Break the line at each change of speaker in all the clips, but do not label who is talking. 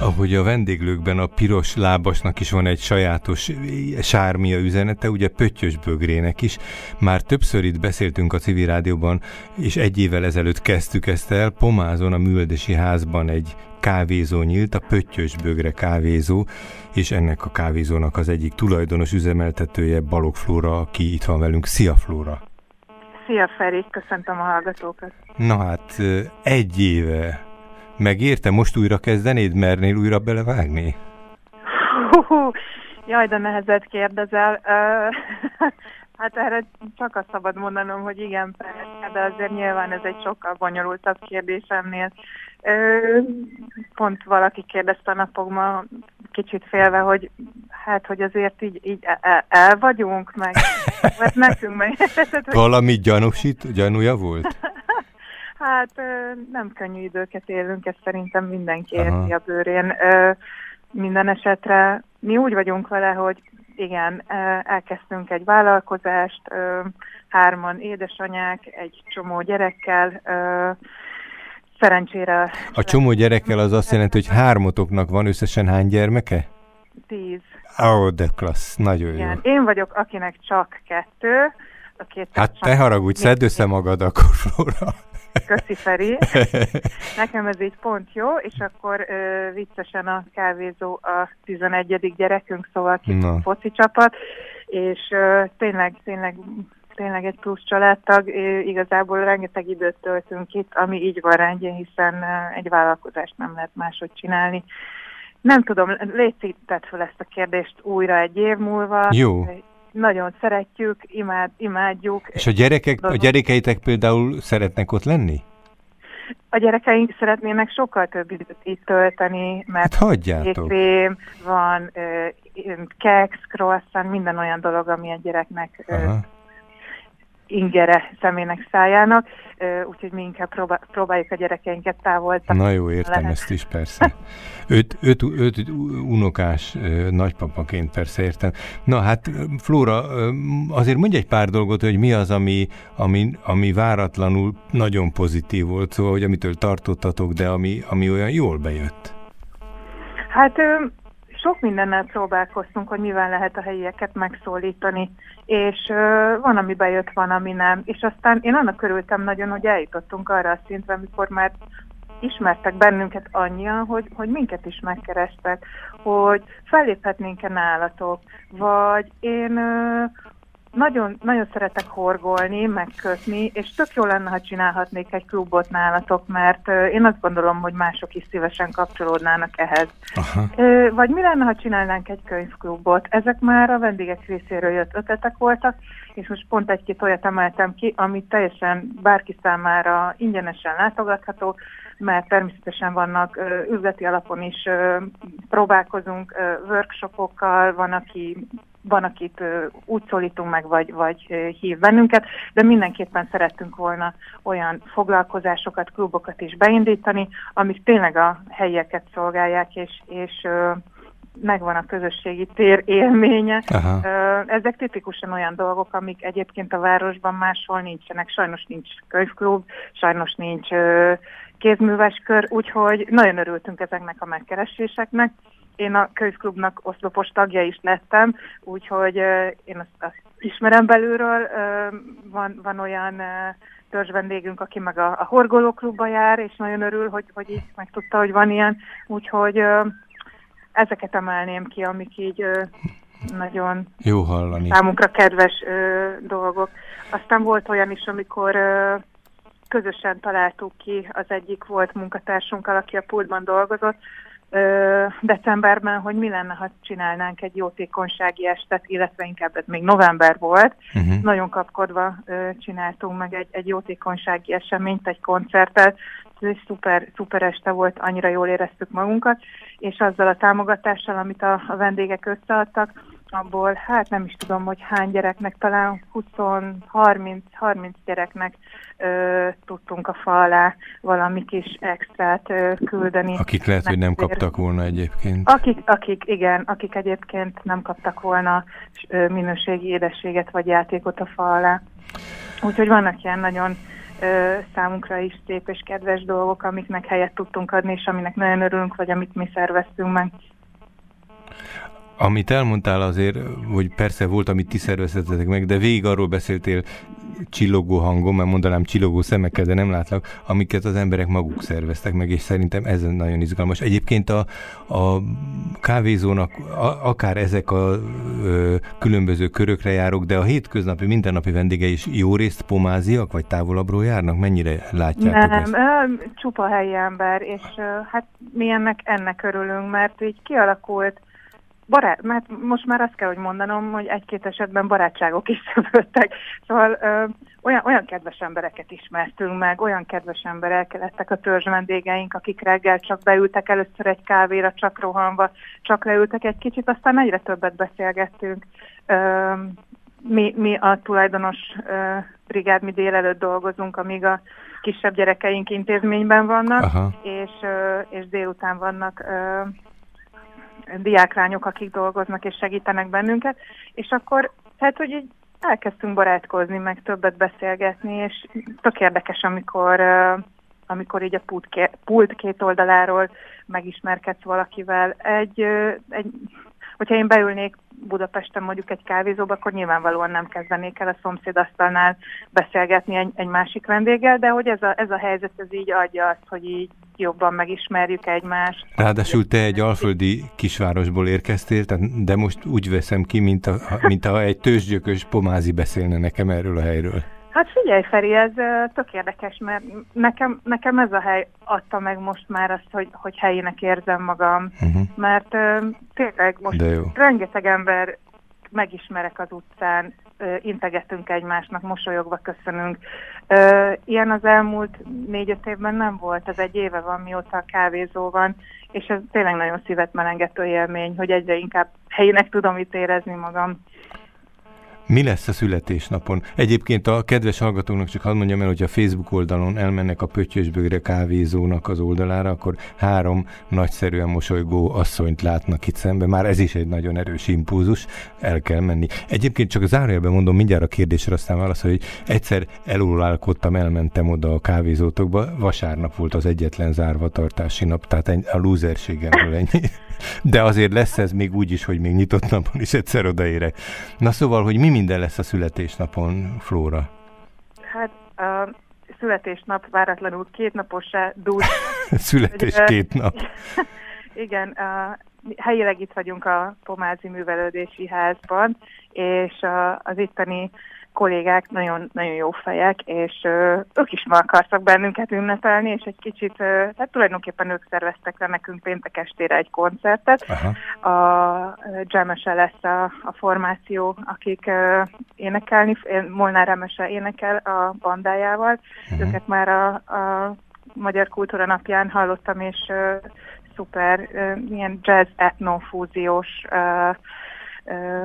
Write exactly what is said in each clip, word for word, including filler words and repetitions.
ahogy a vendéglőkben a piros lábasnak is van egy sajátos sármia üzenete, ugye Pöttyös Bögrének is. Már többször itt beszéltünk a Civil Rádióban, és egy évvel ezelőtt kezdtük ezt el. Pomázon, a Műveldesi Házban egy kávézó nyílt, a Pöttyös Bögre kávézó, és ennek a kávézónak az egyik tulajdonos üzemeltetője Balogh Flóra, aki itt van velünk. Szia, Flóra!
Szia, Feri! Köszöntöm a hallgatókat!
Na hát, egy éve megérte, most újra kezdenéd, mernél újra belevágni?
Hú, jaj, de nehezet kérdezel. Uh, hát erre csak azt szabad mondanom, hogy igen, persze, de azért nyilván ez egy sokkal bonyolultabb kérdés ennél. Uh, pont valaki kérdezte a napokban, kicsit félve, hogy hát, hogy azért így, így el, el vagyunk, meg, mert nekünk meg...
Valami gyanúsít, gyanúja volt?
Hát nem könnyű időket élünk, ezt szerintem mindenki érzi a bőrén. Minden esetre mi úgy vagyunk vele, hogy igen, elkezdtünk egy vállalkozást, hárman édesanyák, egy csomó gyerekkel, szerencsére...
A csomó gyerekkel az azt jelenti, hogy hármatoknak van összesen hány gyermeke?
Tíz.
Ó, oh, de klassz, nagyon igen.
jó. Én vagyok, akinek csak kettő. A két
hát te haragudj, szedd össze magad akkor, Flóra.
Köszi, Feri. Nekem ez így pont jó, és akkor ö, viccesen a kávézó a tizenegyedik gyerekünk, szóval ki foci csapat, és ö, tényleg, tényleg, tényleg egy plusz családtag, ö, igazából rengeteg időt töltünk itt, ami így van rendjén, hiszen ö, egy vállalkozást nem lehet máshogy csinálni. Nem tudom, légy tedd fel ezt a kérdést újra egy év múlva.
Jó.
Nagyon szeretjük, imád, imádjuk.
És a gyerekek, a gyerekeitek például szeretnek ott lenni?
A gyerekeink szeretnének sokkal több időt itt tölteni, mert
hát ékrém,
van keks, croissant, minden olyan dolog, ami a gyereknek ö, ingere személynek, szájának, úgyhogy mi inkább próbál, próbáljuk a gyerekeinket távol.
Na jó, értem lehet. Ezt is persze. Öt, öt, öt, öt unokás nagypapaként persze értem. Na hát, Flóra, azért mondj egy pár dolgot, hogy mi az, ami, ami, ami váratlanul nagyon pozitív volt, szóval, hogy amitől tartottatok, de ami, ami olyan jól bejött.
Hát... Sok mindennel próbálkoztunk, hogy mivel lehet a helyieket megszólítani, és uh, van, ami bejött, van, ami nem. És aztán én annak örültem nagyon, hogy eljutottunk arra a szintre, amikor már ismertek bennünket annyian, hogy, hogy minket is megkerestek, hogy felléphetnénk-e nálatok, vagy én... Uh, Nagyon, nagyon szeretek horgolni, megkötni, és tök jó lenne, ha csinálhatnék egy klubot nálatok, mert uh, én azt gondolom, hogy mások is szívesen kapcsolódnának ehhez. Uh, vagy mi lenne, ha csinálnánk egy könyvklubot? Ezek már a vendégek részéről jött ötletek voltak, és most pont egy-két olyat emeltem ki, ami teljesen bárki számára ingyenesen látogatható, mert természetesen vannak uh, üzleti alapon is uh, próbálkozunk uh, workshopokkal, van, aki Van, akit ö, úgy szólítunk meg, vagy, vagy ö, hív bennünket, de mindenképpen szerettünk volna olyan foglalkozásokat, klubokat is beindítani, amik tényleg a helyieket szolgálják, és, és ö, megvan a közösségi tér élménye. Ö, ezek tipikusan olyan dolgok, amik egyébként a városban máshol nincsenek. Sajnos nincs könyvklub, sajnos nincs ö, kézműves kör, úgyhogy nagyon örültünk ezeknek a megkereséseknek. Én a könyvklubnak oszlopos tagja is lettem, úgyhogy uh, én azt, azt ismerem belülről. Uh, van, van olyan uh, törzsvendégünk, aki meg a, a horgolóklubba jár, és nagyon örül, hogy, hogy így megtudta, hogy van ilyen. Úgyhogy uh, ezeket emelném ki, amik így uh, nagyon
jó hallani.
Számunkra kedves uh, dolgok. Aztán volt olyan is, amikor uh, közösen találtuk ki, az egyik volt munkatársunkkal, aki a pultban dolgozott, decemberben, hogy mi lenne, ha csinálnánk egy jótékonysági estet, illetve inkább ez még november volt. Uh-huh. Nagyon kapkodva ö, csináltunk meg egy, egy jótékonysági eseményt, egy koncertet. Ez egy szuper, szuper este volt, annyira jól éreztük magunkat, és azzal a támogatással, amit a, a vendégek összeadtak, abból, hát nem is tudom, hogy hány gyereknek, talán húsz-harminc gyereknek ö, tudtunk a fa alá valami kis extrát ö, küldeni.
Akik lehet, hogy nem kaptak volna egyébként.
Akik, akik, igen, akik egyébként nem kaptak volna ö, minőségi édességet vagy játékot a fa alá. Úgyhogy vannak ilyen nagyon ö, számunkra is szép és kedves dolgok, amiknek helyet tudtunk adni, és aminek nagyon örülünk, vagy amit mi szerveztünk meg.
Amit elmondtál azért, hogy persze volt, amit ti szerveztetek meg, de végig arról beszéltél csillogó hangon, mert mondanám csillogó szemekkel, de nem látlak, amiket az emberek maguk szerveztek meg, és szerintem ez nagyon izgalmas. Egyébként a, a kávézónak a, akár ezek a ö, különböző körökre járok, de a hétköznapi, mindennapi vendége is jó részt pomáziak, vagy távolabbról járnak? Mennyire látjátok
nem,
ezt?
Nem, csupa helyi ember, és hát mi ennek, ennek örülünk, mert így kialakult barát, mert most már azt kell, hogy mondanom, hogy egy-két esetben barátságok is szövődtek. Szóval ö, olyan, olyan kedves embereket ismertünk meg, olyan kedves emberek lettek a törzs vendégeink, akik reggel csak beültek először egy kávéra, csak rohanva, csak leültek egy kicsit, aztán egyre többet beszélgettünk. Ö, mi, mi a tulajdonos ö, brigád, mi délelőtt dolgozunk, amíg a kisebb gyerekeink intézményben vannak, és, ö, és délután vannak ö, diáklányok, akik dolgoznak és segítenek bennünket, és akkor, hát, hogy így elkezdtünk barátkozni, meg többet beszélgetni, és tök érdekes, amikor, uh, amikor így a pult, ké- pult két oldaláról megismerkedsz valakivel. Egy, uh, egy, hogyha én beülnék Budapesten mondjuk egy kávézóba, akkor nyilvánvalóan nem kezdenék el a szomszédasztalnál beszélgetni egy, egy másik vendéggel, de hogy ez a, ez a helyzet, ez így adja azt, hogy így jobban megismerjük egymást.
Ráadásul te egy alföldi kisvárosból érkeztél, tehát, de most úgy veszem ki, mint, a, mint ha egy tőzsgyökös pomázi beszélne nekem erről a helyről.
Hát figyelj, Feri, ez uh, tök érdekes, mert nekem, nekem ez a hely adta meg most már azt, hogy, hogy helyének érzem magam, uh-huh. mert uh, tényleg most rengeteg ember megismerek az utcán, uh, integetünk egymásnak, mosolyogva köszönünk. Uh, ilyen az elmúlt négy-öt évben nem volt, ez egy éve van, mióta a kávézó van, és ez tényleg nagyon szívet melengető élmény, hogy egyre inkább helyének tudom itt érezni magam.
Mi lesz a születésnapon? Egyébként a kedves hallgatóknak csak hadd mondjam el, hogy a Facebook oldalon elmennek a Pöttyösbögre kávézónak az oldalára, akkor három nagyszerűen mosolygó asszonyt látnak itt szemben. Már ez is egy nagyon erős impulzus, el kell menni. Egyébként csak zárójelben mondom mindjárt a kérdésre, aztán válaszol, hogy egyszer eluralkodtam, elmentem oda a kávézótokba, vasárnap volt az egyetlen zárvatartási nap, tehát a lúzerségemről ennyi. De azért lesz ez még úgy is, hogy még nyitott napon is egyszer odaérek. Na szóval, hogy mi minden lesz a születésnapon, Flóra?
Hát a születésnap váratlanul kétnapossá dúlt.
Születés hogy, két nap.
Igen, a, helyileg itt vagyunk a Pomázi Művelődési Házban, és a, az itteni kollégák nagyon, nagyon jó fejek, és ö, ők is meg akartak bennünket ünnepelni, és egy kicsit, ö, hát tulajdonképpen ők szerveztek le nekünk péntek estére egy koncertet. Aha. A Jamese lesz a, a formáció, akik ö, énekelni, Molnár Emese énekel a bandájával. Uh-huh. Őket már a, a Magyar Kultúra Napján hallottam, és ö, szuper, ö, ilyen jazz etnofúziós ö, ö,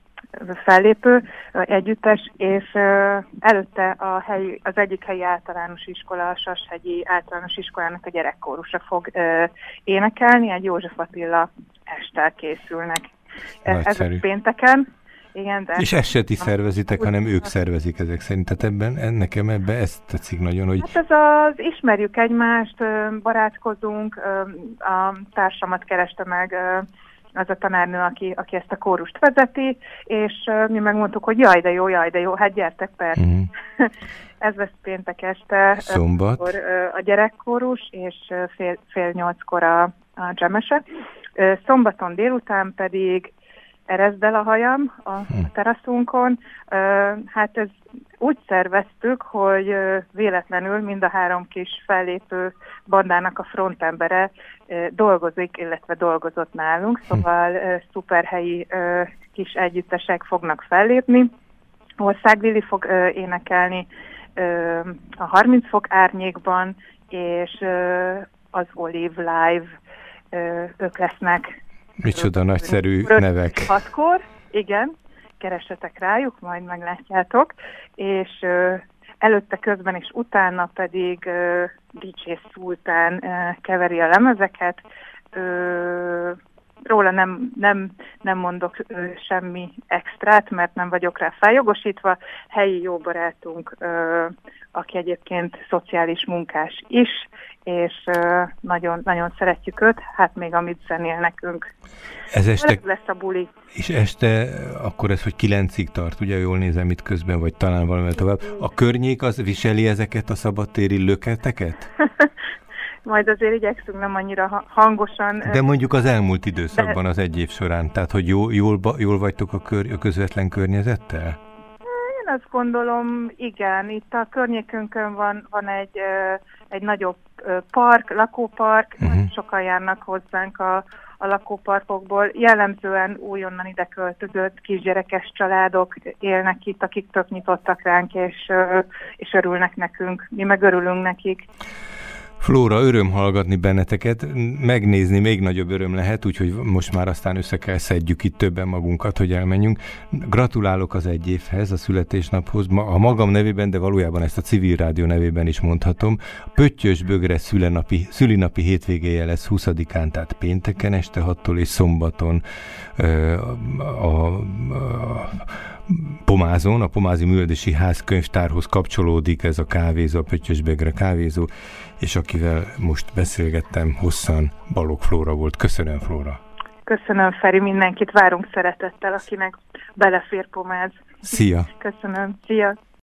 fellépő együttes, és uh, előtte a helyi, az egyik helyi általános iskola, a Sashegyi általános iskolának a gyerekkórusa fog uh, énekelni, egy József Attila esttel készülnek.
Nagyszerű.
Ez a pénteken. Igen, de
és ezt se ti szervezitek, úgy, hanem ők szervezik ezek szerint. Tehát ebben, nekem ebben ezt tetszik nagyon, hogy...
Hát ez az, ismerjük egymást, barátkozunk, a társamat kereste meg az a tanárnő, aki, aki ezt a kórust vezeti, és uh, mi megmondtuk, hogy jaj, de jó, jaj, de jó, hát gyertek persze. Mm. Ez lesz péntek este.
Szombat.
Akkor, uh, a gyerekkórus, és uh, fél, fél nyolckor a, a Jamese. Uh, szombaton délután pedig ereszd el a hajam a, a teraszunkon. Uh, hát ez úgy szerveztük, hogy uh, véletlenül mind a három kis fellépő bandának a frontembere uh, dolgozik, illetve dolgozott nálunk, szóval uh, szuperhelyi uh, kis együttesek fognak fellépni. Országvili fog uh, énekelni uh, a harminc fok árnyékban, és uh, az Olive Live uh, ők lesznek.
Micsoda nagyszerű nevek.
Hatkor, igen, keressetek rájuk, majd meglátjátok, és uh, előtte, közben és utána pedig uh, dé dzsé Szultán uh, keveri a lemezeket, uh, róla nem, nem, nem mondok ö, semmi extrát, mert nem vagyok rá feljogosítva. Helyi jó barátunk, ö, aki egyébként szociális munkás is, és ö, nagyon, nagyon szeretjük őt, hát még amit zenél nekünk.
Ez este...
lesz a buli.
És este, akkor ez, hogy kilencig tart, ugye jól nézem itt közben, vagy talán valamivel tovább. A környék az viseli ezeket a szabadtéri löketeket?
Majd azért igyekszünk nem annyira hangosan.
De mondjuk az elmúlt időszakban, de... az egy év során, tehát hogy jól, jól, jól vagytok a, kör, a közvetlen környezettel?
Én azt gondolom, igen. Itt a környékünkön van, van egy, egy nagyobb park, lakópark, uh-huh. sokan járnak hozzánk a, a lakóparkokból. Jellemzően újonnan ide költözött kisgyerekes családok élnek itt, akik tök nyitottak ránk, és, és örülnek nekünk. Mi meg örülünk nekik.
Flóra, öröm hallgatni benneteket, megnézni még nagyobb öröm lehet, úgyhogy most már aztán össze kell szedjük itt többen magunkat, hogy elmenjünk. Gratulálok az egy évhez, a születésnaphoz, a magam nevében, de valójában ezt a Civil Rádió nevében is mondhatom. A Pöttyös Bögre szülinapi, szülinapi hétvégéje lesz huszadikán, tehát pénteken este hattól és szombaton a, a, a Pomázon, a Pomázi Művelődési Ház könyvtárhoz kapcsolódik ez a kávézó, a Pöttyös Bögre kávézó, és akivel most beszélgettem hosszan, Balogh Flóra volt. Köszönöm, Flóra.
Köszönöm, Feri, mindenkit várunk szeretettel, akinek belefér Pomáz.
Szia!
Köszönöm, szia!